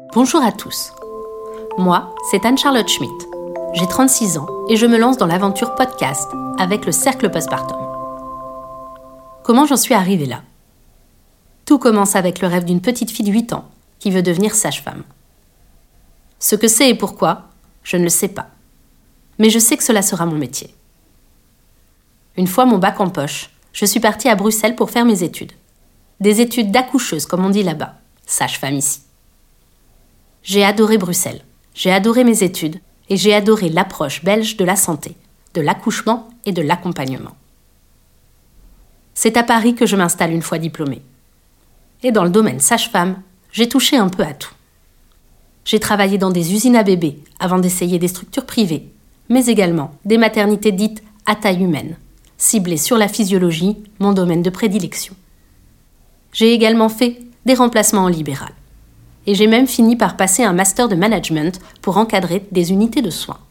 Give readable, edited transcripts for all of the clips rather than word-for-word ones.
Bonjour à tous. Moi, c'est Anne-Charlotte Schmitt. J'ai 36 ans et je me lance dans l'aventure podcast avec le Cercle Postpartum. Comment j'en suis arrivée là ? Tout commence avec le rêve d'une petite fille de 8 ans qui veut devenir sage-femme. Ce que c'est et pourquoi, je ne le sais pas. Mais je sais que cela sera mon métier. Une fois mon bac en poche, je suis partie à Bruxelles pour faire mes études. Des études d'accoucheuse, comme on dit là-bas, sage-femme ici. J'ai adoré Bruxelles, j'ai adoré mes études et j'ai adoré l'approche belge de la santé, de l'accouchement et de l'accompagnement. C'est à Paris que je m'installe une fois diplômée. Et dans le domaine sage-femme, j'ai touché un peu à tout. J'ai travaillé dans des usines à bébés avant d'essayer des structures privées, mais également des maternités dites à taille humaine, ciblées sur la physiologie, mon domaine de prédilection. J'ai également fait des remplacements en libéral. Et j'ai même fini par passer un master de management pour encadrer des unités de soins.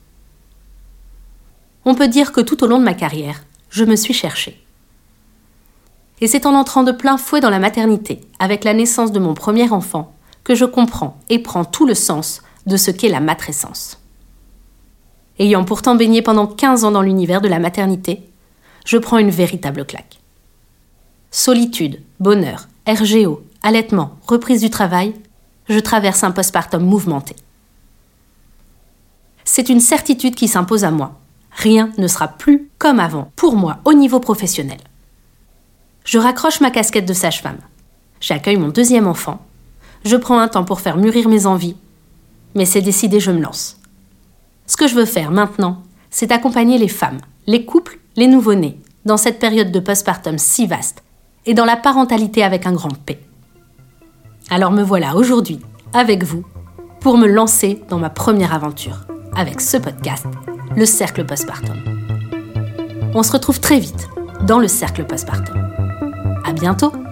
On peut dire que tout au long de ma carrière, je me suis cherchée. Et c'est en entrant de plein fouet dans la maternité, avec la naissance de mon premier enfant, que je comprends et prends tout le sens de ce qu'est la matrescence. Ayant pourtant baigné pendant 15 ans dans l'univers de la maternité, je prends une véritable claque. Solitude, bonheur, RGO, allaitement, reprise du travail, je traverse un postpartum mouvementé. C'est une certitude qui s'impose à moi. Rien ne sera plus comme avant, pour moi, au niveau professionnel. Je raccroche ma casquette de sage-femme. J'accueille mon deuxième enfant. Je prends un temps pour faire mûrir mes envies. Mais c'est décidé, je me lance. Ce que je veux faire maintenant, c'est accompagner les femmes, les couples, les nouveau-nés, dans cette période de postpartum si vaste, et dans la parentalité avec un grand P. Alors me voilà aujourd'hui, avec vous, pour me lancer dans ma première aventure, avec ce podcast, le Cercle Postpartum. On se retrouve très vite dans le Cercle Postpartum. À bientôt!